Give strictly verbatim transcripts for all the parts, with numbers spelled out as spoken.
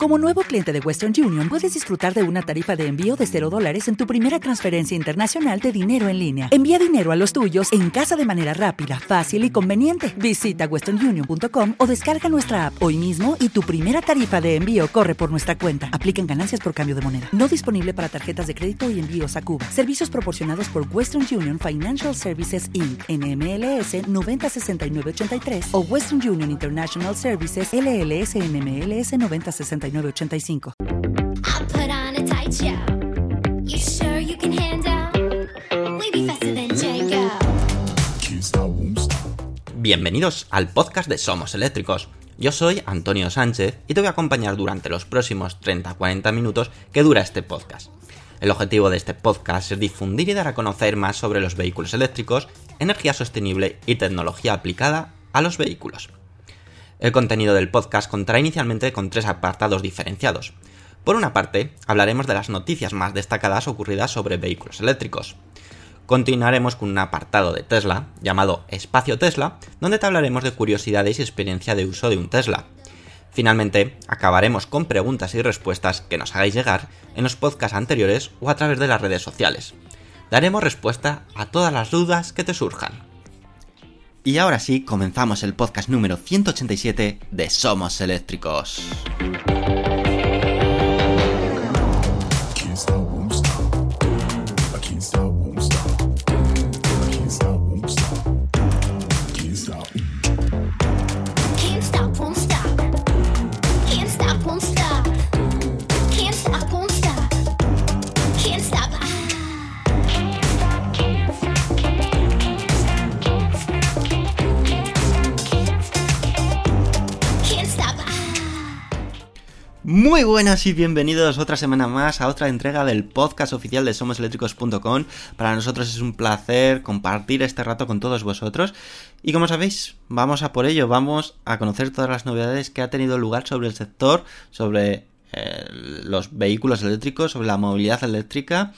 Como nuevo cliente de Western Union, puedes disfrutar de una tarifa de envío de cero dólares en tu primera transferencia internacional de dinero en línea. Envía dinero a los tuyos en casa de manera rápida, fácil y conveniente. Visita western union punto com o descarga nuestra app hoy mismo y tu primera tarifa de envío corre por nuestra cuenta. Aplican ganancias por cambio de moneda. No disponible para tarjetas de crédito y envíos a Cuba. Servicios proporcionados por Western Union Financial Services incorporated. N M L S noventa sesenta y nueve ochenta y tres o Western Union International Services L L S N M L S noventa sesenta y nueve ochenta y cinco. Bienvenidos al podcast de Somos Eléctricos. Yo soy Antonio Sánchez y te voy a acompañar durante los próximos treinta a cuarenta minutos que dura este podcast. El objetivo de este podcast es difundir y dar a conocer más sobre los vehículos eléctricos, energía sostenible y tecnología aplicada a los vehículos. El contenido del podcast contará inicialmente con tres apartados diferenciados. Por una parte, hablaremos de las noticias más destacadas ocurridas sobre vehículos eléctricos. Continuaremos con un apartado de Tesla, llamado Espacio Tesla, donde te hablaremos de curiosidades y experiencia de uso de un Tesla. Finalmente, acabaremos con preguntas y respuestas que nos hagáis llegar en los podcasts anteriores o a través de las redes sociales. Daremos respuesta a todas las dudas que te surjan. Y ahora sí, comenzamos el podcast número ciento ochenta y siete de Somos Eléctricos. Muy buenas y bienvenidos otra semana más a otra entrega del podcast oficial de somos eléctricos punto com. Para nosotros es un placer compartir este rato con todos vosotros y como sabéis, vamos a por ello, vamos a conocer todas las novedades que ha tenido lugar sobre el sector, sobre eh, los vehículos eléctricos, sobre la movilidad eléctrica.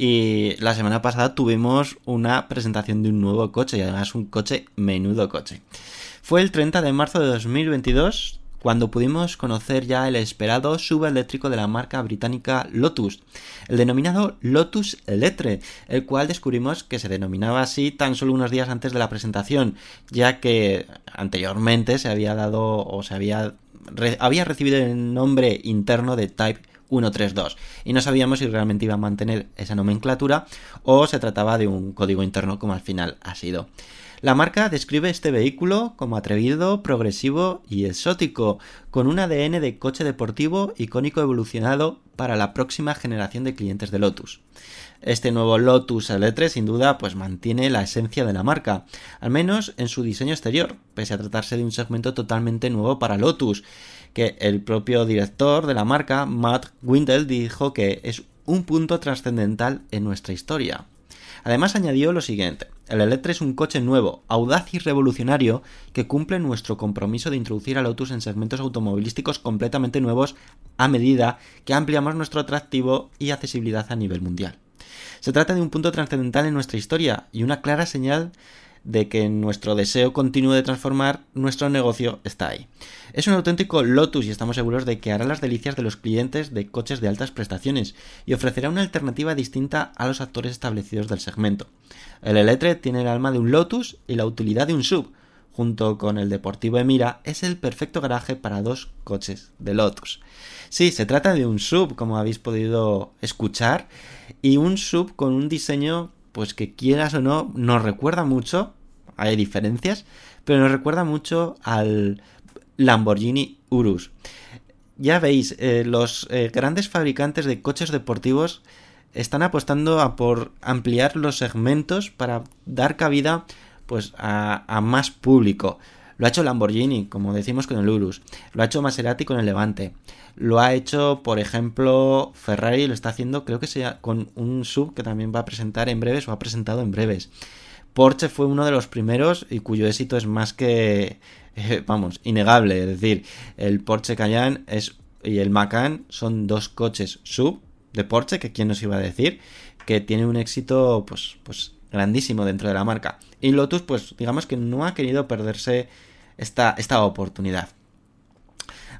Y la semana pasada tuvimos una presentación de un nuevo coche y además un coche, menudo coche. Fue el treinta de marzo de dos mil veintidós cuando pudimos conocer ya el esperado S U V eléctrico de la marca británica Lotus, el denominado Lotus Eletre, el cual descubrimos que se denominaba así tan solo unos días antes de la presentación, ya que anteriormente se había dado o se había, re, había recibido el nombre interno de Type ciento treinta y dos y no sabíamos si realmente iba a mantener esa nomenclatura o se trataba de un código interno como al final ha sido. La marca describe este vehículo como atrevido, progresivo y exótico, con un A D N de coche deportivo icónico evolucionado para la próxima generación de clientes de Lotus. Este nuevo Lotus Eletre sin duda pues mantiene la esencia de la marca, al menos en su diseño exterior, pese a tratarse de un segmento totalmente nuevo para Lotus, que el propio director de la marca, Matt Windle, dijo que es un punto trascendental en nuestra historia. Además añadió lo siguiente: el Eletre es un coche nuevo, audaz y revolucionario que cumple nuestro compromiso de introducir a Lotus en segmentos automovilísticos completamente nuevos a medida que ampliamos nuestro atractivo y accesibilidad a nivel mundial. Se trata de un punto trascendental en nuestra historia y una clara señal de que nuestro deseo continuo de transformar nuestro negocio está ahí. Es un auténtico Lotus y estamos seguros de que hará las delicias de los clientes de coches de altas prestaciones y ofrecerá una alternativa distinta a los actores establecidos del segmento. El Eletre tiene el alma de un Lotus y la utilidad de un S U V. Junto con el deportivo Emira, es el perfecto garaje para dos coches de Lotus. Sí, se trata de un S U V, como habéis podido escuchar, y un S U V con un diseño pues que quieras o no, nos recuerda mucho, hay diferencias, pero nos recuerda mucho al Lamborghini Urus. Ya veis, eh, los eh, grandes fabricantes de coches deportivos están apostando a por ampliar los segmentos para dar cabida pues a, a más público. Lo ha hecho Lamborghini, como decimos, con el Urus. Lo ha hecho Maserati con el Levante. Lo ha hecho, por ejemplo, Ferrari, lo está haciendo, creo que sea con un S U V que también va a presentar en breves o ha presentado en breves. Porsche fue uno de los primeros y cuyo éxito es más que, eh, vamos, innegable. Es decir, el Porsche Cayenne es, y el Macan son dos coches S U V de Porsche, que quién nos iba a decir, que tiene un éxito pues, pues grandísimo dentro de la marca. Y Lotus, pues digamos que no ha querido perderse esta, esta oportunidad.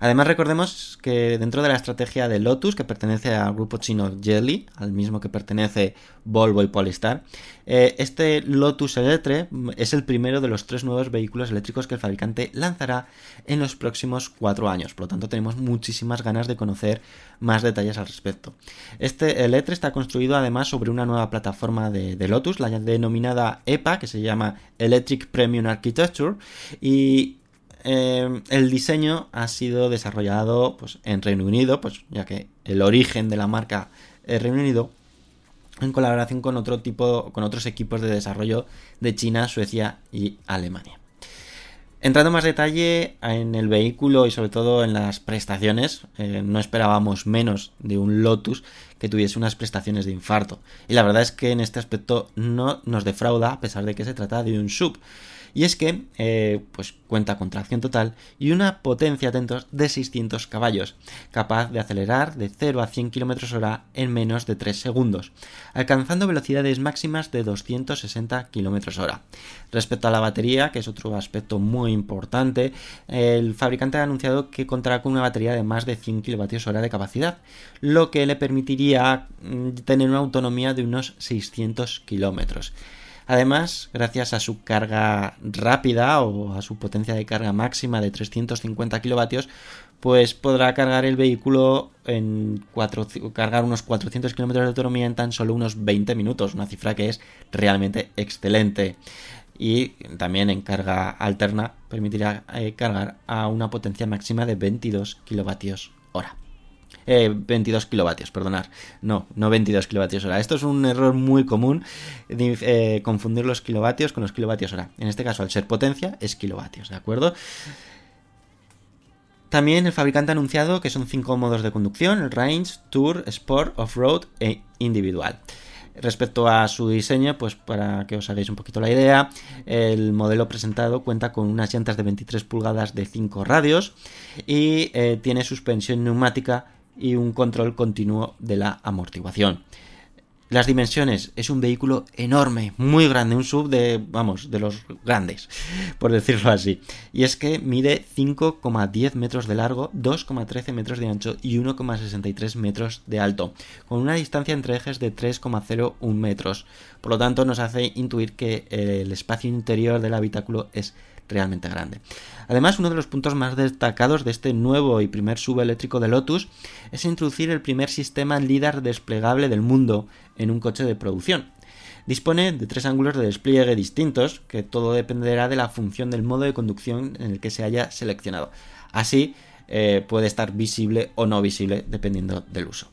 Además, recordemos que dentro de la estrategia de Lotus, que pertenece al grupo chino Geely, al mismo que pertenece Volvo y Polestar, eh, este Lotus Eletre es el primero de los tres nuevos vehículos eléctricos que el fabricante lanzará en los próximos cuatro años. Por lo tanto, tenemos muchísimas ganas de conocer más detalles al respecto. Este Eletre está construido además sobre una nueva plataforma de, de Lotus, la denominada E P A, que se llama Electric Premium Architecture, y Eh, el diseño ha sido desarrollado pues, en Reino Unido, pues, ya que el origen de la marca es Reino Unido, en colaboración con otro tipo, con otros equipos de desarrollo de China, Suecia y Alemania. Entrando en más detalle en el vehículo y sobre todo en las prestaciones, eh, no esperábamos menos de un Lotus que tuviese unas prestaciones de infarto. Y la verdad es que en este aspecto no nos defrauda, a pesar de que se trata de un S U V. Y es que eh, pues cuenta con tracción total y una potencia, atentos, de seiscientos caballos, capaz de acelerar de cero a cien kilómetros hora en menos de tres segundos, alcanzando velocidades máximas de doscientos sesenta kilómetros hora. Respecto a la batería, que es otro aspecto muy importante, el fabricante ha anunciado que contará con una batería de más de cien kilovatios hora de capacidad, lo que le permitiría tener una autonomía de unos seiscientos kilómetros. Además, gracias a su carga rápida o a su potencia de carga máxima de trescientos cincuenta kilovatios, pues podrá cargar el vehículo en cuatro, cargar unos cuatrocientos kilómetros de autonomía en tan solo unos veinte minutos, una cifra que es realmente excelente. Y también en carga alterna permitirá eh, cargar a una potencia máxima de veintidós kilovatios hora. Eh, veintidós kilovatios, perdonar. No, no veintidós kilovatios hora. Esto es un error muy común, de, eh, confundir los kilovatios con los kilovatios hora. En este caso, al ser potencia, es kilovatios, ¿de acuerdo? También el fabricante ha anunciado que son cinco modos de conducción: el Range, Tour, Sport, Off-Road e Individual. Respecto a su diseño, pues para que os hagáis un poquito la idea, el modelo presentado cuenta con unas llantas de veintitrés pulgadas de cinco radios y eh, tiene suspensión neumática y un control continuo de la amortiguación. Las dimensiones: es un vehículo enorme, muy grande, un S U V de, vamos, de los grandes, por decirlo así. Y es que mide cinco coma diez metros de largo, dos coma trece metros de ancho y uno coma sesenta y tres metros de alto, con una distancia entre ejes de tres coma cero uno metros. Por lo tanto, nos hace intuir que el espacio interior del habitáculo es realmente grande. Además, uno de los puntos más destacados de este nuevo y primer S U V eléctrico de Lotus es introducir el primer sistema LiDAR desplegable del mundo en un coche de producción. Dispone de tres ángulos de despliegue distintos, que todo dependerá de la función del modo de conducción en el que se haya seleccionado. Así, eh, puede estar visible o no visible dependiendo del uso.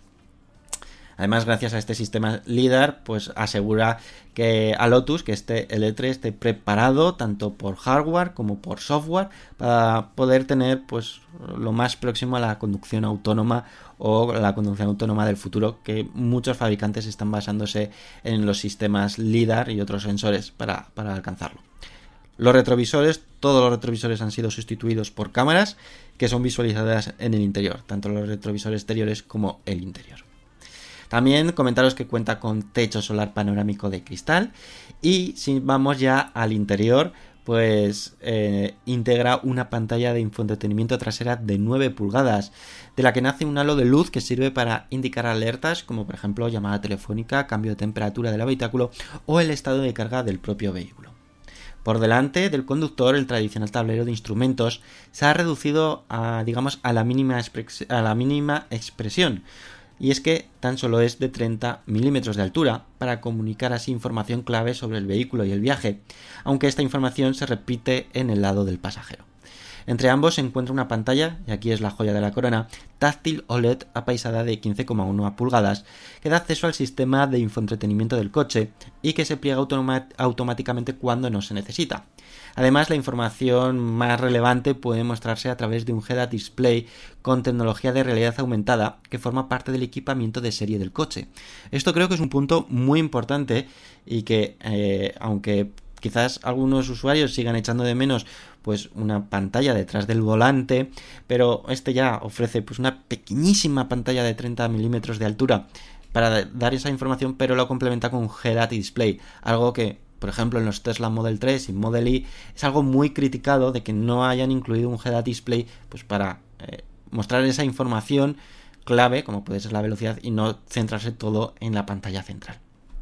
Además, gracias a este sistema LiDAR, pues asegura que a Lotus que este Eletre esté preparado tanto por hardware como por software para poder tener pues lo más próximo a la conducción autónoma o la conducción autónoma del futuro, que muchos fabricantes están basándose en los sistemas LiDAR y otros sensores para, para alcanzarlo. Los retrovisores, todos los retrovisores han sido sustituidos por cámaras que son visualizadas en el interior, tanto los retrovisores exteriores como el interior. También comentaros que cuenta con techo solar panorámico de cristal y si vamos ya al interior, pues eh, integra una pantalla de infoentretenimiento trasera de nueve pulgadas, de la que nace un halo de luz que sirve para indicar alertas como por ejemplo llamada telefónica, cambio de temperatura del habitáculo o el estado de carga del propio vehículo. Por delante del conductor, el tradicional tablero de instrumentos se ha reducido a, digamos, a la mínima, expres- a la mínima expresión. Y es que tan solo es de treinta milímetros de altura para comunicar así información clave sobre el vehículo y el viaje, aunque esta información se repite en el lado del pasajero. Entre ambos se encuentra una pantalla, y aquí es la joya de la corona, táctil O L E D apaisada de quince coma uno pulgadas, que da acceso al sistema de infoentretenimiento del coche y que se pliega automa- automáticamente cuando no se necesita. Además, la información más relevante puede mostrarse a través de un head-up display con tecnología de realidad aumentada que forma parte del equipamiento de serie del coche. Esto creo que es un punto muy importante y que, eh, aunque quizás algunos usuarios sigan echando de menos pues una pantalla detrás del volante, pero este ya ofrece pues una pequeñísima pantalla de treinta milímetros de altura para dar esa información, pero lo complementa con un head-up display, algo que por ejemplo en los Tesla Model tres y Model Y es algo muy criticado de que no hayan incluido un head-up display pues para eh, mostrar esa información clave, como puede ser la velocidad, y no centrarse todo en la pantalla central.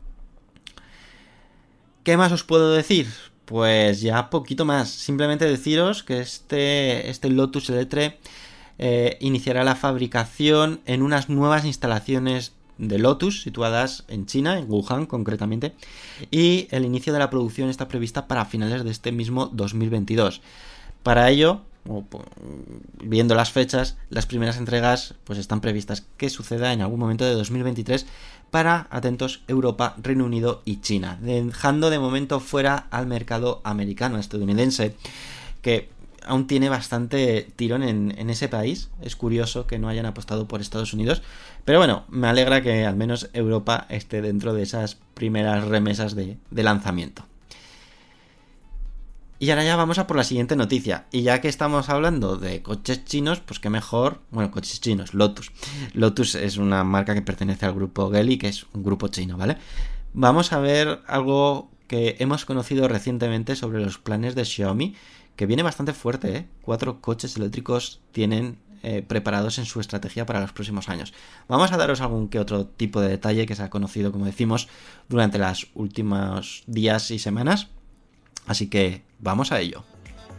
¿Qué más os puedo decir? Pues ya poquito más. Simplemente deciros que este, este Lotus Eletre eh, iniciará la fabricación en unas nuevas instalaciones de Lotus situadas en China, en Wuhan concretamente, y el inicio de la producción está prevista para finales de este mismo dos mil veintidós. Para ello, viendo las fechas, las primeras entregas pues están previstas que suceda en algún momento de dos mil veintitrés para, atentos, Europa, Reino Unido y China, dejando de momento fuera al mercado americano, estadounidense, que aún tiene bastante tirón en, en ese país. Es curioso que no hayan apostado por Estados Unidos, pero bueno, me alegra que al menos Europa esté dentro de esas primeras remesas de, de lanzamiento. Y ahora ya vamos a por la siguiente noticia. Y ya que estamos hablando de coches chinos, pues qué mejor... Bueno, coches chinos, Lotus. Lotus es una marca que pertenece al grupo Geely, que es un grupo chino, ¿vale? Vamos a ver algo que hemos conocido recientemente sobre los planes de Xiaomi, que viene bastante fuerte, ¿eh? Cuatro coches eléctricos tienen eh, preparados en su estrategia para los próximos años. Vamos a daros algún que otro tipo de detalle que se ha conocido, como decimos, durante los últimos días y semanas. Así que vamos a ello.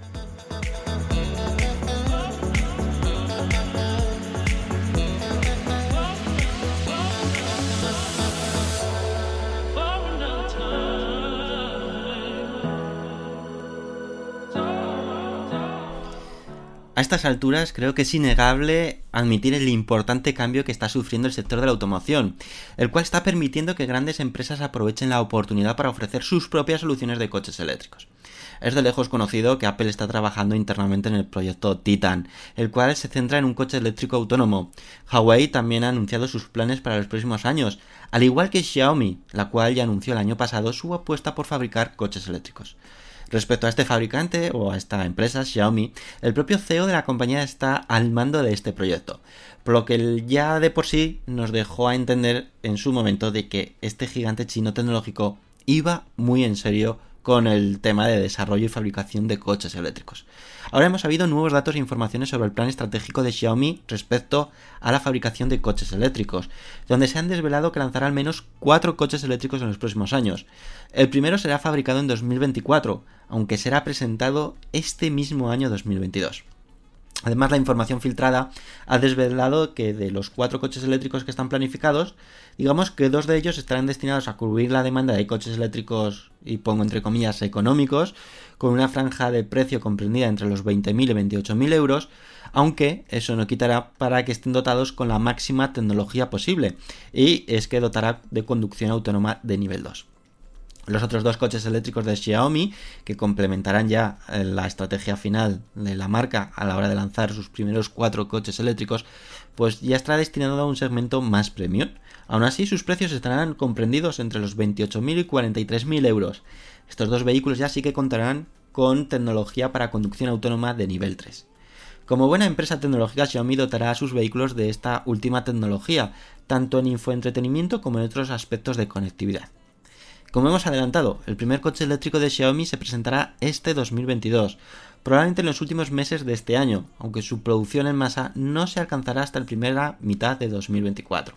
A estas alturas creo que es innegable admitir el importante cambio que está sufriendo el sector de la automoción, el cual está permitiendo que grandes empresas aprovechen la oportunidad para ofrecer sus propias soluciones de coches eléctricos. Es de lejos conocido que Apple está trabajando internamente en el proyecto Titan, el cual se centra en un coche eléctrico autónomo. Huawei también ha anunciado sus planes para los próximos años, al igual que Xiaomi, la cual ya anunció el año pasado su apuesta por fabricar coches eléctricos. Respecto a este fabricante o a esta empresa, Xiaomi, el propio C E O de la compañía está al mando de este proyecto, por lo que ya de por sí nos dejó a entender en su momento de que este gigante chino tecnológico iba muy en serio con el tema de desarrollo y fabricación de coches eléctricos. Ahora hemos sabido nuevos datos e informaciones sobre el plan estratégico de Xiaomi respecto a la fabricación de coches eléctricos, donde se han desvelado que lanzará al menos cuatro coches eléctricos en los próximos años. El primero será fabricado en dos mil veinticuatro, aunque será presentado este mismo año dos mil veintidós. Además, la información filtrada ha desvelado que de los cuatro coches eléctricos que están planificados, digamos que dos de ellos estarán destinados a cubrir la demanda de coches eléctricos, y pongo entre comillas, económicos, con una franja de precio comprendida entre los veinte mil y veintiocho mil euros, aunque eso no quitará para que estén dotados con la máxima tecnología posible, y es que dotará de conducción autónoma de nivel dos. Los otros dos coches eléctricos de Xiaomi, que complementarán ya la estrategia final de la marca a la hora de lanzar sus primeros cuatro coches eléctricos, pues ya estará destinado a un segmento más premium. Aún así, sus precios estarán comprendidos entre los veintiocho mil y cuarenta y tres mil euros. Estos dos vehículos ya sí que contarán con tecnología para conducción autónoma de nivel tres. Como buena empresa tecnológica, Xiaomi dotará a sus vehículos de esta última tecnología, tanto en infoentretenimiento como en otros aspectos de conectividad. Como hemos adelantado, el primer coche eléctrico de Xiaomi se presentará este dos mil veintidós, probablemente en los últimos meses de este año, aunque su producción en masa no se alcanzará hasta la primera mitad de dos mil veinticuatro.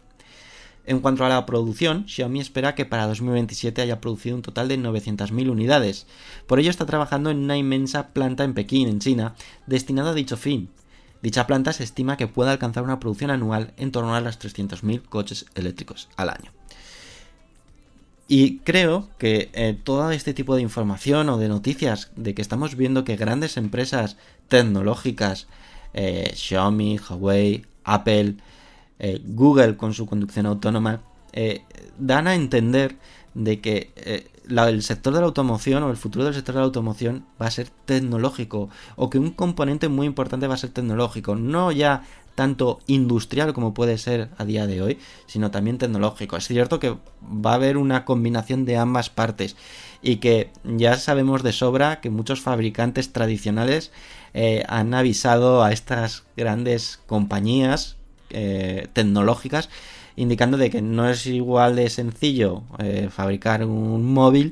En cuanto a la producción, Xiaomi espera que para dos mil veintisiete haya producido un total de novecientas mil unidades. Por ello está trabajando en una inmensa planta en Pekín, en China, destinada a dicho fin. Dicha planta se estima que pueda alcanzar una producción anual en torno a los trescientos mil coches eléctricos al año. Y creo que eh, todo este tipo de información o de noticias de que estamos viendo que grandes empresas tecnológicas, eh, Xiaomi, Huawei, Apple, eh, Google con su conducción autónoma, eh, dan a entender de que eh, la, el sector de la automoción o el futuro del sector de la automoción va a ser tecnológico, o que un componente muy importante va a ser tecnológico, no ya tanto industrial como puede ser a día de hoy, sino también tecnológico. Es cierto que va a haber una combinación de ambas partes y que ya sabemos de sobra que muchos fabricantes tradicionales eh, han avisado a estas grandes compañías eh, tecnológicas, indicando de que no es igual de sencillo eh, fabricar un móvil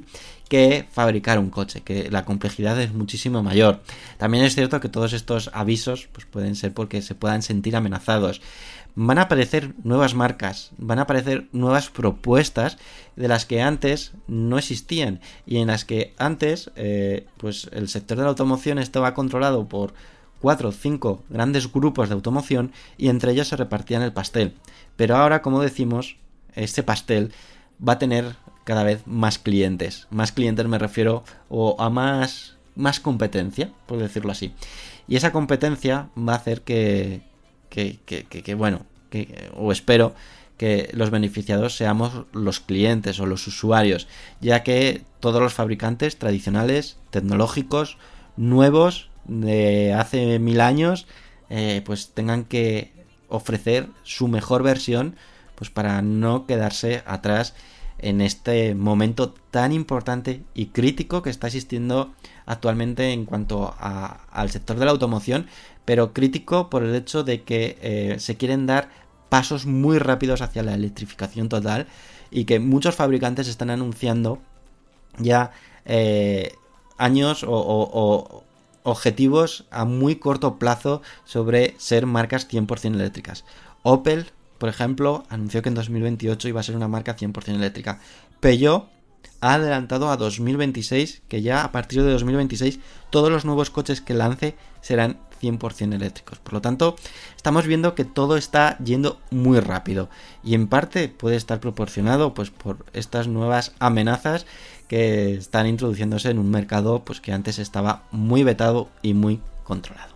que fabricar un coche, que la complejidad es muchísimo mayor. También es cierto que todos estos avisos pues pueden ser porque se puedan sentir amenazados. Van a aparecer nuevas marcas, van a aparecer nuevas propuestas de las que antes no existían y en las que antes eh, pues el sector de la automoción estaba controlado por cuatro o cinco grandes grupos de automoción y entre ellos se repartían el pastel. Pero ahora, como decimos, este pastel va a tener cada vez más clientes. Más clientes me refiero o a más, más competencia, por decirlo así. Y esa competencia va a hacer que, que, que, que, que bueno, que, o espero que los beneficiados seamos los clientes o los usuarios, ya que todos los fabricantes tradicionales, tecnológicos, nuevos, de hace mil años, eh, pues tengan que ofrecer su mejor versión, pues para no quedarse atrás en este momento tan importante y crítico que está existiendo actualmente en cuanto a, al sector de la automoción, pero crítico por el hecho de que eh, se quieren dar pasos muy rápidos hacia la electrificación total y que muchos fabricantes están anunciando ya eh, años o, o, o objetivos a muy corto plazo sobre ser marcas cien por ciento eléctricas. Opel, por ejemplo, anunció que en dos mil veintiocho iba a ser una marca cien por ciento eléctrica. Peugeot ha adelantado a dos mil veintiséis que ya a partir de dos mil veintiséis todos los nuevos coches que lance serán cien por ciento eléctricos. Por lo tanto, estamos viendo que todo está yendo muy rápido y en parte puede estar proporcionado pues por estas nuevas amenazas que están introduciéndose en un mercado pues que antes estaba muy vetado y muy controlado.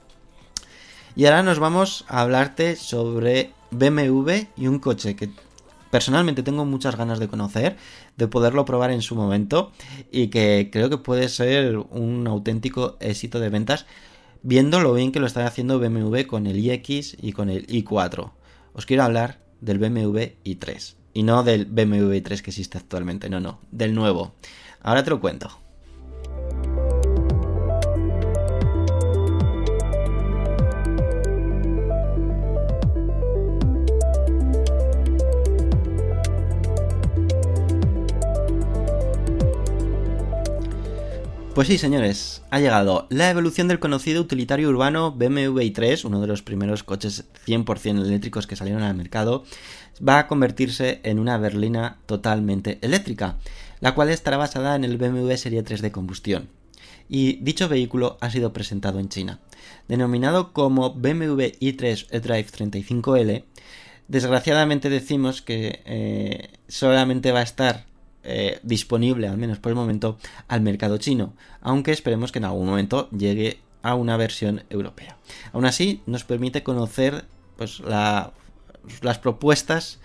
Y ahora nos vamos a hablarte sobre B M W y un coche que personalmente tengo muchas ganas de conocer, de poderlo probar en su momento y que creo que puede ser un auténtico éxito de ventas, viendo lo bien que lo está haciendo B M W con el iX y con el i cuatro. Os quiero hablar del B M W i tres. Y no del B M W i tres que existe actualmente, no, no, del nuevo. Ahora te lo cuento. Pues sí, señores, ha llegado la evolución del conocido utilitario urbano B M W i tres, uno de los primeros coches cien por ciento eléctricos que salieron al mercado, va a convertirse en una berlina totalmente eléctrica, la cual estará basada en el B M W Serie tres de combustión. Y dicho vehículo ha sido presentado en China. Denominado como B M W i tres eDrive treinta y cinco L, desgraciadamente decimos que eh, solamente va a estar Eh, disponible, al menos por el momento, al mercado chino, aunque esperemos que en algún momento llegue a una versión europea. Aún así, nos permite conocer pues la, las propuestas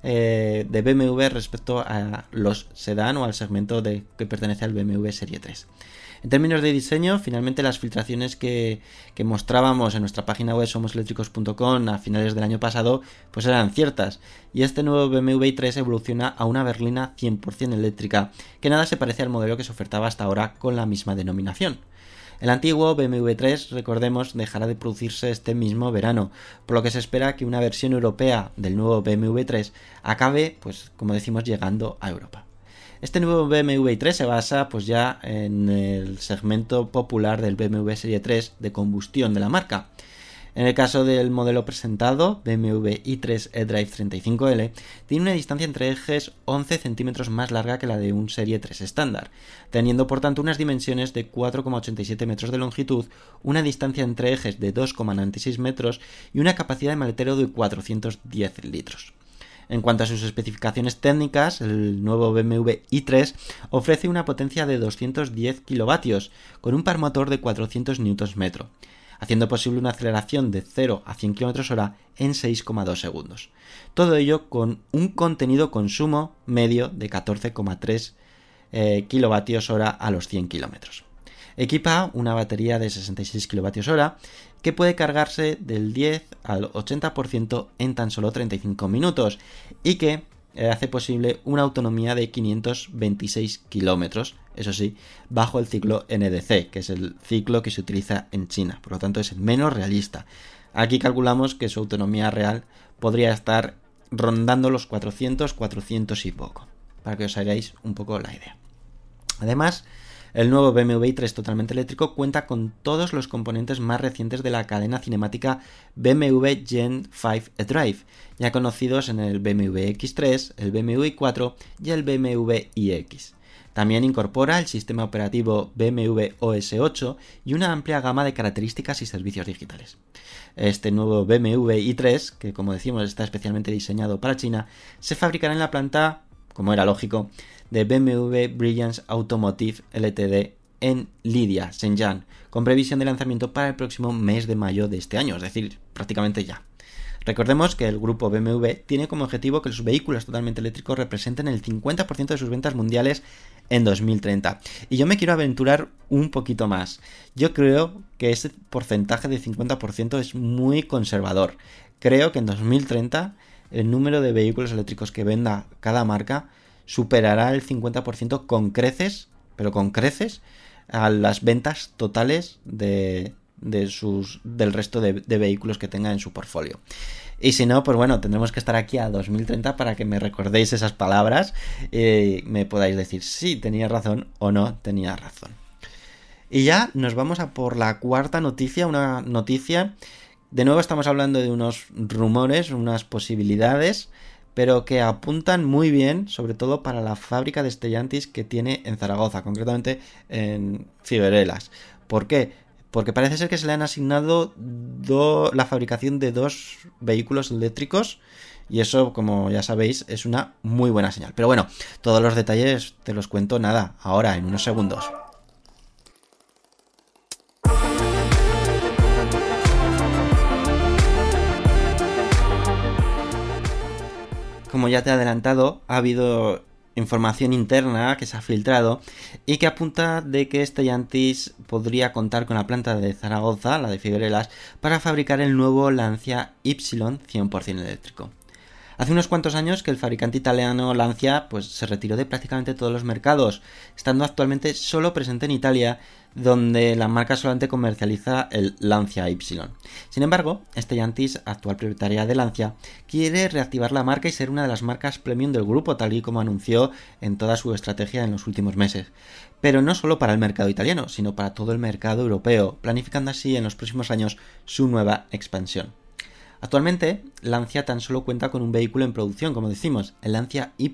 eh, de B M W respecto a los sedán o al segmento de, que pertenece al B M W Serie tres. En términos de diseño, finalmente las filtraciones que, que mostrábamos en nuestra página web somos eléctricos punto com a finales del año pasado, pues eran ciertas, y este nuevo B M W i tres evoluciona a una berlina cien por ciento eléctrica, que nada se parece al modelo que se ofertaba hasta ahora con la misma denominación. El antiguo B M W i tres, recordemos, dejará de producirse este mismo verano, por lo que se espera que una versión europea del nuevo B M W i tres acabe, pues como decimos, llegando a Europa. Este nuevo B M W i tres se basa pues ya en el segmento popular del B M W Serie tres de combustión de la marca. En el caso del modelo presentado, B M W i tres eDrive treinta y cinco L, tiene una distancia entre ejes once centímetros más larga que la de un Serie tres estándar, teniendo por tanto unas dimensiones de cuatro coma ochenta y siete metros de longitud, una distancia entre ejes de dos coma noventa y seis metros y una capacidad de maletero de cuatrocientos diez litros. En cuanto a sus especificaciones técnicas, el nuevo B M W i tres ofrece una potencia de doscientos diez kilovatios con un par motor de cuatrocientos newton metros, haciendo posible una aceleración de cero a cien kilómetros hora en seis coma dos segundos. Todo ello con un contenido consumo medio de catorce coma tres eh, kilovatios hora a los cien kilómetros. Equipa una batería de sesenta y seis kilovatios hora que puede cargarse del diez al ochenta por ciento en tan solo treinta y cinco minutos y que hace posible una autonomía de quinientos veintiséis kilómetros, eso sí, bajo el ciclo N D C, que es el ciclo que se utiliza en China, por lo tanto es el menos realista. Aquí calculamos que su autonomía real podría estar rondando los cuatrocientos, cuatrocientos y poco, para que os hagáis un poco la idea. Además, el nuevo B M W i tres totalmente eléctrico cuenta con todos los componentes más recientes de la cadena cinemática B M W Gen cinco eDrive, ya conocidos en el B M W X tres, el B M W i cuatro y el B M W iX. También incorpora el sistema operativo B M W O S ocho y una amplia gama de características y servicios digitales. Este nuevo B M W i tres, que como decimos está especialmente diseñado para China, se fabricará en la planta, como era lógico, de B M W Brilliance Automotive Ltd en Lidia, Shenzhen, con previsión de lanzamiento para el próximo mes de mayo de este año, es decir, prácticamente ya. Recordemos que el grupo B M W tiene como objetivo que sus vehículos totalmente eléctricos representen el cincuenta por ciento de sus ventas mundiales en dos mil treinta. Y yo me quiero aventurar un poquito más. Yo creo que ese porcentaje de cincuenta por ciento es muy conservador. Creo que en dos mil treinta el número de vehículos eléctricos que venda cada marca superará el cincuenta por ciento con creces, pero con creces, a las ventas totales de, de sus, del resto de, de vehículos que tenga en su portfolio. Y si no, pues bueno, tendremos que estar aquí a dos mil treinta para que me recordéis esas palabras y me podáis decir si tenía razón o no tenía razón. Y ya nos vamos a por la cuarta noticia, una noticia, de nuevo estamos hablando de unos rumores, unas posibilidades, pero que apuntan muy bien, sobre todo para la fábrica de Stellantis que tiene en Zaragoza, concretamente en Figuerelas. ¿Por qué? Porque parece ser que se le han asignado do, la fabricación de dos vehículos eléctricos y eso, como ya sabéis, es una muy buena señal. Pero bueno, todos los detalles te los cuento nada, ahora, en unos segundos. Como ya te he adelantado, ha habido información interna que se ha filtrado y que apunta de que Stellantis podría contar con la planta de Zaragoza, la de Figuerelas, para fabricar el nuevo Lancia Y cien por ciento eléctrico. Hace unos cuantos años que el fabricante italiano Lancia pues, se retiró de prácticamente todos los mercados, estando actualmente solo presente en Italia, donde la marca solamente comercializa el Lancia Y. Sin embargo, Stellantis, actual propietaria de Lancia, quiere reactivar la marca y ser una de las marcas premium del grupo, tal y como anunció en toda su estrategia en los últimos meses. Pero no solo para el mercado italiano, sino para todo el mercado europeo, planificando así en los próximos años su nueva expansión. Actualmente, Lancia tan solo cuenta con un vehículo en producción, como decimos, el Lancia Y,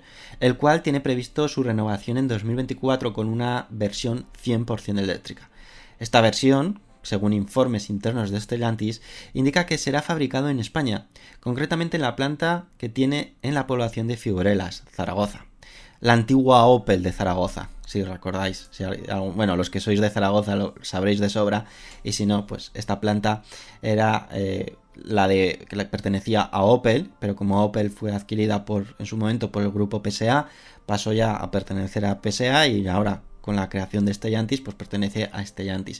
el cual tiene previsto su renovación en dos mil veinticuatro con una versión cien por ciento eléctrica. Esta versión, según informes internos de Stellantis, indica que será fabricado en España, concretamente en la planta que tiene en la población de Figuerelas, Zaragoza. La antigua Opel de Zaragoza, si recordáis. Si, bueno, los que sois de Zaragoza lo sabréis de sobra, y si no, pues esta planta era eh, la de que pertenecía a Opel, pero como Opel fue adquirida por en su momento por el grupo P S A, pasó ya a pertenecer a P S A y ahora con la creación de Stellantis, pues pertenece a Stellantis.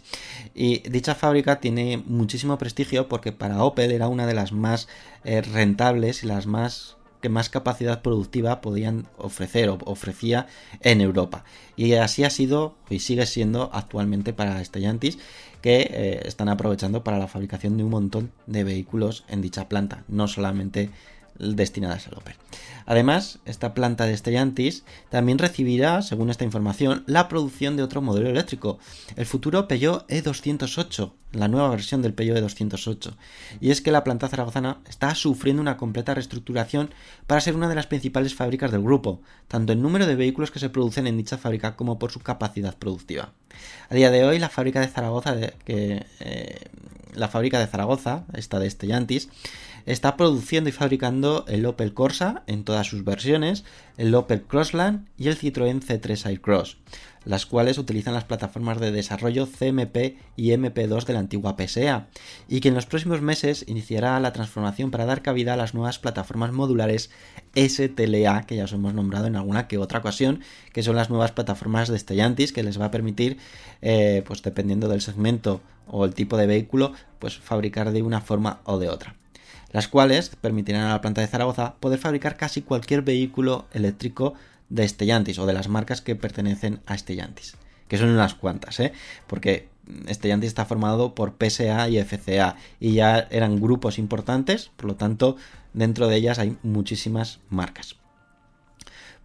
Y dicha fábrica tiene muchísimo prestigio porque para Opel era una de las más eh, rentables y las más que más capacidad productiva podían ofrecer o ofrecía en Europa. Y así ha sido y sigue siendo actualmente para Stellantis, que eh, están aprovechando para la fabricación de un montón de vehículos en dicha planta, no solamente destinadas al Opel. Además, esta planta de Stellantis también recibirá, según esta información, la producción de otro modelo eléctrico, el futuro Peugeot E doscientos ocho, la nueva versión del Peugeot E doscientos ocho. Y es que la planta zaragozana está sufriendo una completa reestructuración para ser una de las principales fábricas del grupo, tanto en número de vehículos que se producen en dicha fábrica como por su capacidad productiva. A día de hoy, la fábrica de Zaragoza, de, que, eh, la fábrica de Zaragoza, esta de Stellantis, está produciendo y fabricando el Opel Corsa en todas sus versiones, el Opel Crossland y el Citroën C tres Aircross, las cuales utilizan las plataformas de desarrollo C M P y M P dos de la antigua P S A, y que en los próximos meses iniciará la transformación para dar cabida a las nuevas plataformas modulares S T L A, que ya os hemos nombrado en alguna que otra ocasión, que son las nuevas plataformas de Stellantis, que les va a permitir, eh, pues dependiendo del segmento o el tipo de vehículo, pues fabricar de una forma o de otra, las cuales permitirán a la planta de Zaragoza poder fabricar casi cualquier vehículo eléctrico de Stellantis o de las marcas que pertenecen a Stellantis, que son unas cuantas, ¿eh? Porque Stellantis está formado por P S A y F C A y ya eran grupos importantes, por lo tanto dentro de ellas hay muchísimas marcas.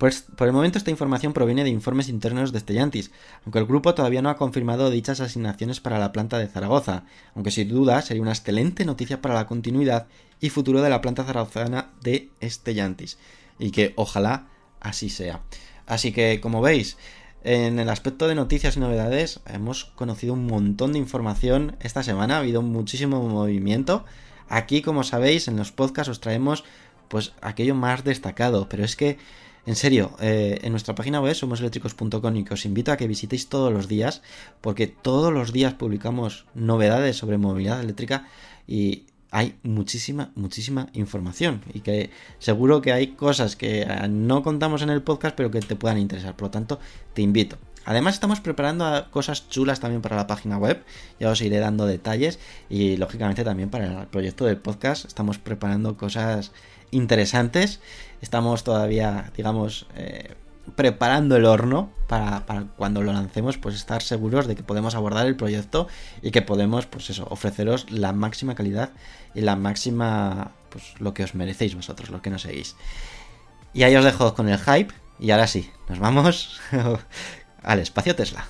Pues por el momento esta información proviene de informes internos de Stellantis, aunque el grupo todavía no ha confirmado dichas asignaciones para la planta de Zaragoza, aunque sin duda sería una excelente noticia para la continuidad y futuro de la planta zaragozana de Stellantis, y que ojalá así sea. Así que, como veis, en el aspecto de noticias y novedades hemos conocido un montón de información esta semana, ha habido muchísimo movimiento. Aquí, como sabéis, en los podcasts os traemos pues aquello más destacado, pero es que, en serio, eh, en nuestra página web somos eléctricos punto com y que os invito a que visitéis todos los días, porque todos los días publicamos novedades sobre movilidad eléctrica y hay muchísima, muchísima información, y que seguro que hay cosas que no contamos en el podcast pero que te puedan interesar, por lo tanto te invito. Además estamos preparando cosas chulas también para la página web, ya os iré dando detalles, y lógicamente también para el proyecto del podcast estamos preparando cosas interesantes. Estamos todavía, digamos, eh, preparando el horno para, para cuando lo lancemos, pues estar seguros de que podemos abordar el proyecto y que podemos, pues eso, ofreceros la máxima calidad y la máxima, pues lo que os merecéis vosotros, lo que nos seguís. Y ahí os dejo con el hype, y ahora sí, nos vamos al espacio Tesla.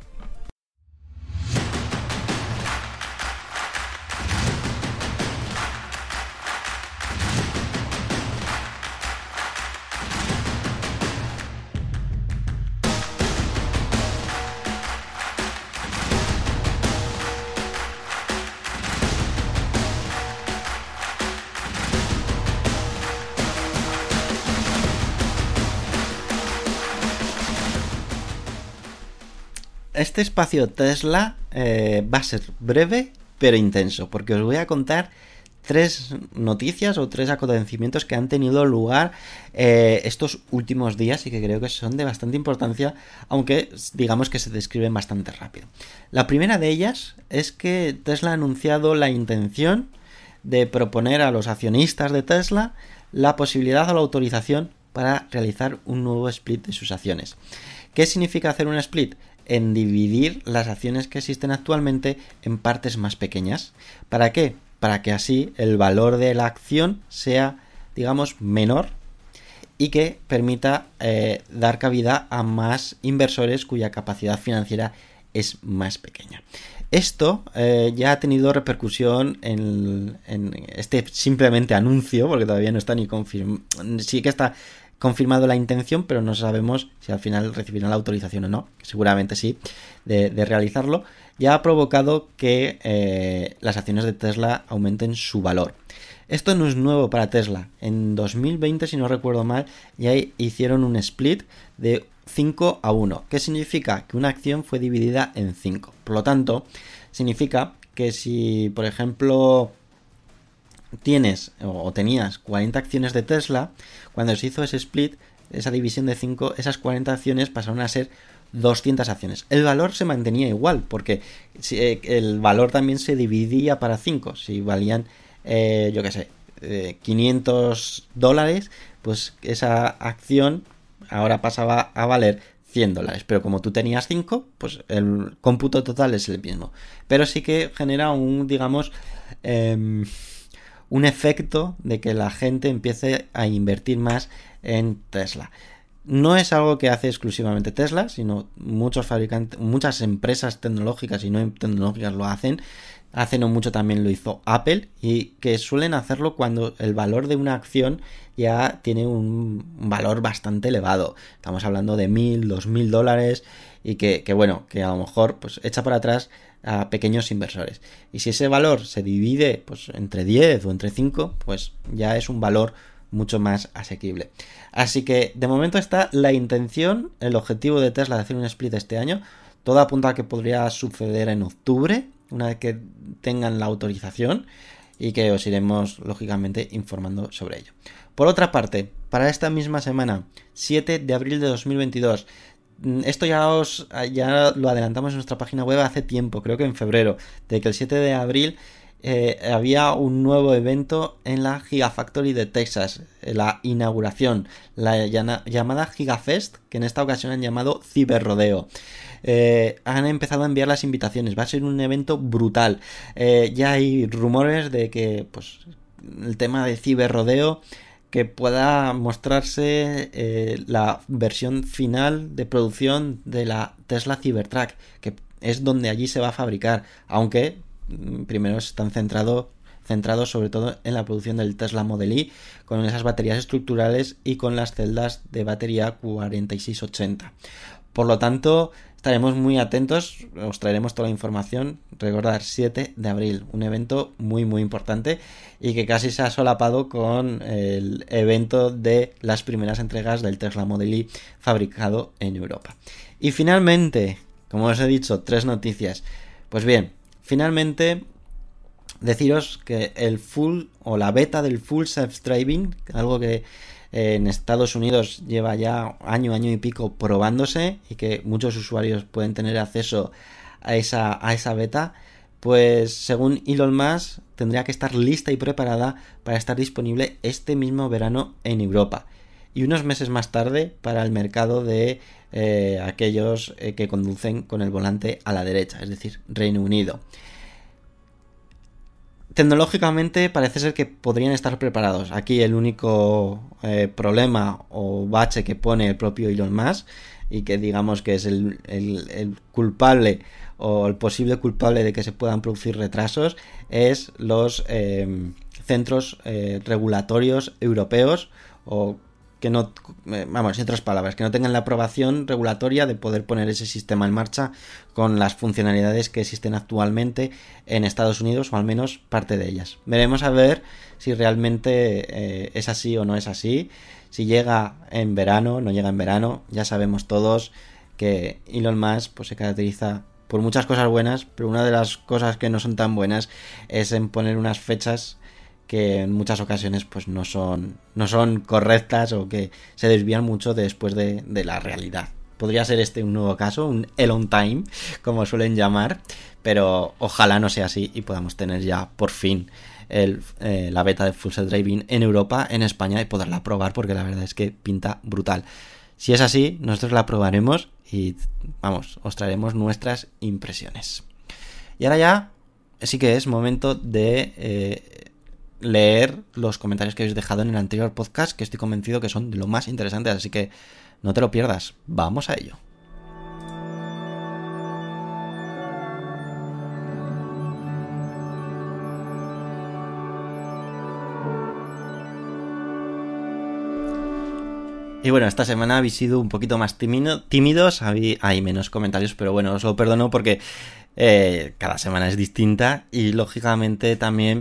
Este espacio Tesla eh, va a ser breve pero intenso, porque os voy a contar tres noticias o tres acontecimientos que han tenido lugar eh, estos últimos días y que creo que son de bastante importancia, aunque digamos que se describen bastante rápido. La primera de ellas es que Tesla ha anunciado la intención de proponer a los accionistas de Tesla la posibilidad o la autorización para realizar un nuevo split de sus acciones. ¿Qué significa hacer un split? En dividir las acciones que existen actualmente en partes más pequeñas. ¿Para qué? Para que así el valor de la acción sea, digamos, menor y que permita eh, dar cabida a más inversores cuya capacidad financiera es más pequeña. Esto eh, ya ha tenido repercusión en, en este simplemente anuncio, porque todavía no está ni confirmado. Sí que está confirmado la intención, pero no sabemos si al final recibirán la autorización o no, seguramente sí, de, de realizarlo. Ya ha provocado que eh, las acciones de Tesla aumenten su valor. Esto no es nuevo para Tesla. En dos mil veinte, si no recuerdo mal, ya hicieron un split de cinco a uno. ¿Qué significa? Que una acción fue dividida en cinco. Por lo tanto, significa que si, por ejemplo, tienes o tenías cuarenta acciones de Tesla, cuando se hizo ese split, esa división de cinco, esas cuarenta acciones pasaron a ser doscientas acciones. El valor se mantenía igual, porque el valor también se dividía para cinco. Si valían, eh, yo qué sé, eh, quinientos dólares, pues esa acción ahora pasaba a valer cien dólares. Pero como tú tenías cinco, pues el cómputo total es el mismo. Pero sí que genera un, digamos, eh, un efecto de que la gente empiece a invertir más en Tesla. No es algo que hace exclusivamente Tesla, sino muchos fabricantes, muchas empresas tecnológicas y no tecnológicas lo hacen. Hace no mucho también lo hizo Apple, y que suelen hacerlo cuando el valor de una acción ya tiene un valor bastante elevado. Estamos hablando de mil, dos mil dólares, y que, que bueno, que a lo mejor pues echa para atrás a pequeños inversores. Y si ese valor se divide pues entre diez o entre cinco, pues ya es un valor mucho más asequible. Así que de momento está la intención, el objetivo de Tesla de hacer un split este año. Todo apunta a que podría suceder en octubre, una vez que tengan la autorización, y que os iremos lógicamente informando sobre ello. Por otra parte, para esta misma semana, siete de abril de dos mil veintidós, esto ya os ya lo adelantamos en nuestra página web hace tiempo, creo que en febrero, de que el siete de abril eh, había un nuevo evento en la Gigafactory de Texas, la inauguración, la llamada Gigafest, que en esta ocasión han llamado Ciberrodeo. Eh, han empezado a enviar las invitaciones, va a ser un evento brutal. Eh, ya hay rumores de que pues el tema de Ciberrodeo que pueda mostrarse eh, la versión final de producción de la Tesla Cybertruck, que es donde allí se va a fabricar, aunque mm, primero están centrados centrados sobre todo en la producción del Tesla Model Y, con esas baterías estructurales y con las celdas de batería cuarenta y seis ochenta. Por lo tanto, estaremos muy atentos, os traeremos toda la información. Recordad, siete de abril, un evento muy muy importante y que casi se ha solapado con el evento de las primeras entregas del Tesla Model Y fabricado en Europa. Y finalmente, como os he dicho, tres noticias. Pues bien, finalmente deciros que el full o la beta del Full Self-Driving, algo que en Estados Unidos lleva ya año, año y pico probándose y que muchos usuarios pueden tener acceso a esa, a esa beta, pues según Elon Musk tendría que estar lista y preparada para estar disponible este mismo verano en Europa y unos meses más tarde para el mercado de eh, aquellos eh, que conducen con el volante a la derecha, es decir, Reino Unido. Tecnológicamente parece ser que podrían estar preparados. Aquí el único eh, problema o bache que pone el propio Elon Musk, y que digamos que es el, el, el culpable o el posible culpable de que se puedan producir retrasos, es los eh, centros eh, regulatorios europeos, o que no, vamos, en otras palabras, que no tengan la aprobación regulatoria de poder poner ese sistema en marcha con las funcionalidades que existen actualmente en Estados Unidos, o al menos parte de ellas. Veremos a ver si realmente eh, es así o no es así. Si llega en verano, no llega en verano, ya sabemos todos que Elon Musk pues, se caracteriza por muchas cosas buenas, pero una de las cosas que no son tan buenas es en poner unas fechas que en muchas ocasiones pues no son no son correctas, o que se desvían mucho después de, de la realidad. Podría ser este un nuevo caso, un Elon Time, como suelen llamar, pero ojalá no sea así y podamos tener ya por fin el, eh, la beta de Full Self-Driving en Europa, en España, y poderla probar, porque la verdad es que pinta brutal. Si es así, nosotros la probaremos y vamos, os traeremos nuestras impresiones. Y ahora ya sí que es momento de eh, leer los comentarios que habéis dejado en el anterior podcast, que estoy convencido que son de lo más interesantes, así que no te lo pierdas. Vamos a ello. Y bueno, esta semana habéis sido un poquito más tímido, tímidos, hay, hay menos comentarios, pero bueno, os lo perdono porque eh, cada semana es distinta y lógicamente también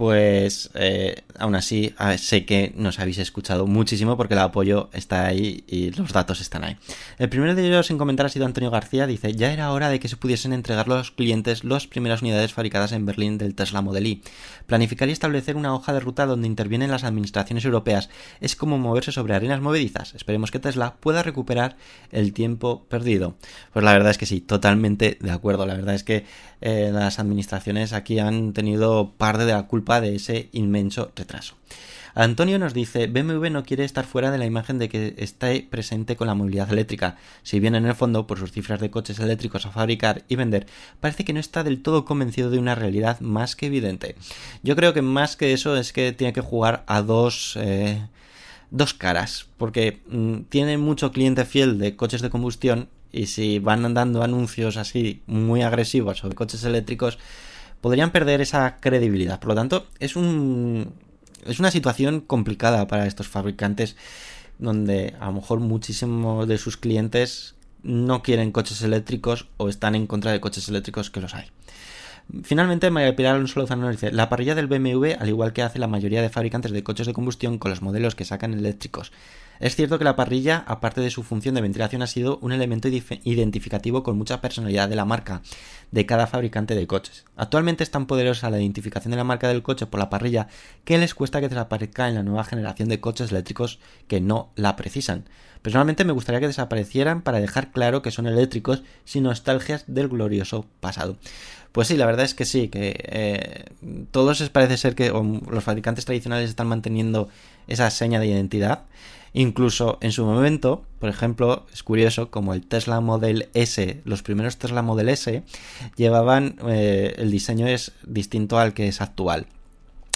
pues eh, aún así sé que nos habéis escuchado muchísimo porque el apoyo está ahí y los datos están ahí. El primero de ellos en comentar ha sido Antonio García. Dice: ya era hora de que se pudiesen entregar a los clientes las primeras unidades fabricadas en Berlín del Tesla Model Y. Planificar y establecer una hoja de ruta donde intervienen las administraciones europeas es como moverse sobre arenas movedizas. Esperemos que Tesla pueda recuperar el tiempo perdido. Pues la verdad es que sí, totalmente de acuerdo. La verdad es que eh, las administraciones aquí han tenido parte de la culpa de ese inmenso retraso. Antonio nos dice: B M W no quiere estar fuera de la imagen de que esté presente con la movilidad eléctrica, si bien en el fondo, por sus cifras de coches eléctricos a fabricar y vender, parece que no está del todo convencido de una realidad más que evidente. Yo creo que más que eso es que tiene que jugar a dos eh, dos caras, porque mmm, tiene mucho cliente fiel de coches de combustión, y si van dando anuncios así muy agresivos sobre coches eléctricos, podrían perder esa credibilidad. Por lo tanto, es un es una situación complicada para estos fabricantes, donde a lo mejor muchísimos de sus clientes no quieren coches eléctricos o están en contra de coches eléctricos, que los hay. Finalmente, María Pilar Alonso Lozano nos dice: la parrilla del B M W, al igual que hace la mayoría de fabricantes de coches de combustión con los modelos que sacan eléctricos. Es cierto que la parrilla, aparte de su función de ventilación, ha sido un elemento identificativo con mucha personalidad de la marca de cada fabricante de coches. Actualmente es tan poderosa la identificación de la marca del coche por la parrilla que les cuesta que desaparezca en la nueva generación de coches eléctricos que no la precisan. Personalmente me gustaría que desaparecieran para dejar claro que son eléctricos sin nostalgias del glorioso pasado. Pues sí, la verdad es que sí, que eh, todos parece ser que los fabricantes tradicionales están manteniendo esa seña de identidad. Incluso en su momento, por ejemplo, es curioso, como el Tesla Model S, los primeros Tesla Model S llevaban, eh, el diseño es distinto al que es actual.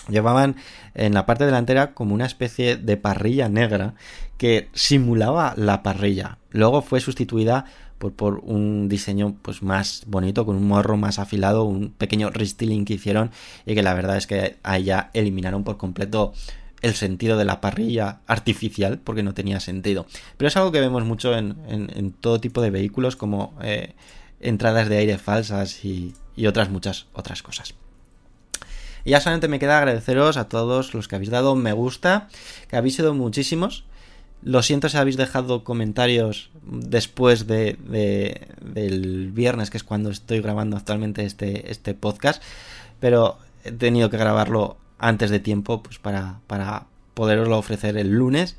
llevaban en la parte delantera como una especie de parrilla negra que simulaba la parrilla. Luego fue sustituida por, por un diseño pues más bonito, con un morro más afilado, un pequeño restyling que hicieron, y que la verdad es que ahí ya eliminaron por completo el sentido de la parrilla artificial, porque no tenía sentido. Pero es algo que vemos mucho en, en, en todo tipo de vehículos, como eh, entradas de aire falsas y, y otras muchas otras cosas. Y ya solamente me queda agradeceros a todos los que habéis dado me gusta, que habéis sido muchísimos. Lo siento si habéis dejado comentarios después de, de del viernes, que es cuando estoy grabando actualmente este, este podcast, pero he tenido que grabarlo antes de tiempo pues para, para poderoslo ofrecer el lunes.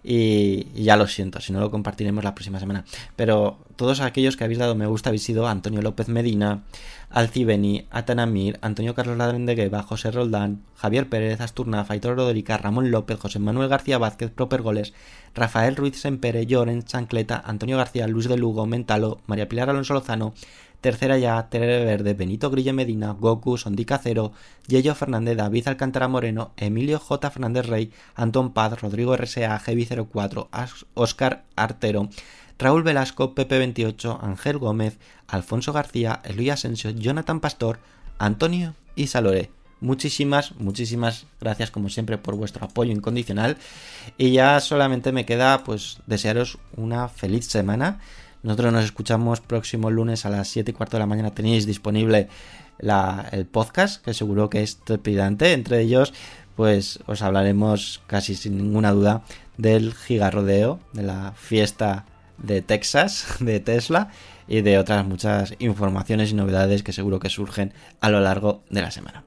Y, y ya lo siento, si no lo compartiremos la próxima semana. Pero todos aquellos que habéis dado me gusta habéis sido Antonio López Medina, Alcibeni, Atanamir, Antonio Carlos Ladrón de Gueva, José Roldán, Javier Pérez, Asturnafa, Aitor Rodorica, Ramón López, José Manuel García Vázquez, Proper Goles, Rafael Ruiz Sempere, Lloren, Chancleta, Antonio García, Luis de Lugo, Mentalo, María Pilar Alonso Lozano, Tercera Ya, Terere Verde, Benito Grille Medina, Goku, Sondica Cero, Yello Fernández, David Alcántara Moreno, Emilio J. Fernández Rey, Antón Paz, Rodrigo R S A, Heavy cero cuatro, Óscar Artero, Raúl Velasco, Pepe veintiocho, Ángel Gómez, Alfonso García, Eloy Asensio, Jonathan Pastor, Antonio y Saloré. Muchísimas, muchísimas gracias como siempre por vuestro apoyo incondicional. Y ya solamente me queda pues desearos una feliz semana. Nosotros nos escuchamos próximo lunes a las siete y cuarto de la mañana. Tenéis disponible la, el podcast, que seguro que es trepidante. Entre ellos, pues os hablaremos casi sin ninguna duda del Gigarodeo, de la fiesta de Texas, de Tesla, y de otras muchas informaciones y novedades que seguro que surgen a lo largo de la semana.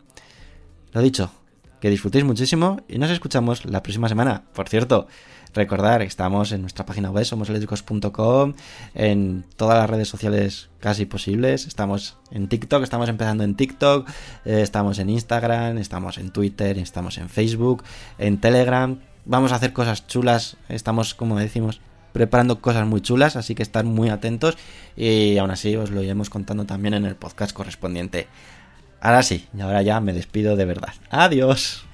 Lo dicho, que disfrutéis muchísimo y nos escuchamos la próxima semana. Por cierto, recordar, estamos en nuestra página web somos eléctricos punto com, en todas las redes sociales casi posibles, estamos en TikTok, estamos empezando en TikTok, eh, estamos en Instagram, estamos en Twitter, estamos en Facebook, en Telegram. Vamos a hacer cosas chulas, estamos, como decimos, preparando cosas muy chulas, así que estad muy atentos y aún así os lo iremos contando también en el podcast correspondiente. Ahora sí, y ahora ya me despido de verdad. Adiós.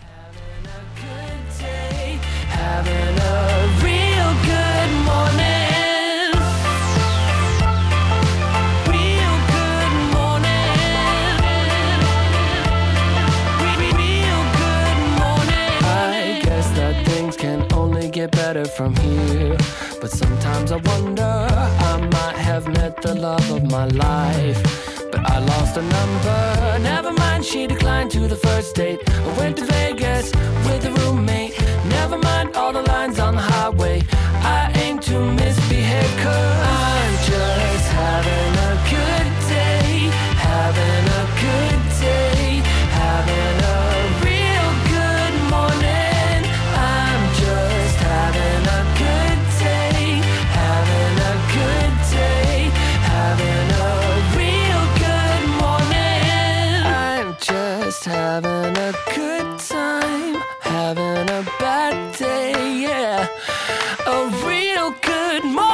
Get better from here, but sometimes I wonder I might have met the love of my life, but I lost a number. Never mind, she declined to the first date. I went to Vegas with a roommate. Never mind all the lines on the highway. I aim to misbehave, cause I'm just having a good day, having a good day, having a real good morning. I'm just having a good day, having a good day, having a real good morning. I'm just having a good time, having a bad day, yeah, a real good morning.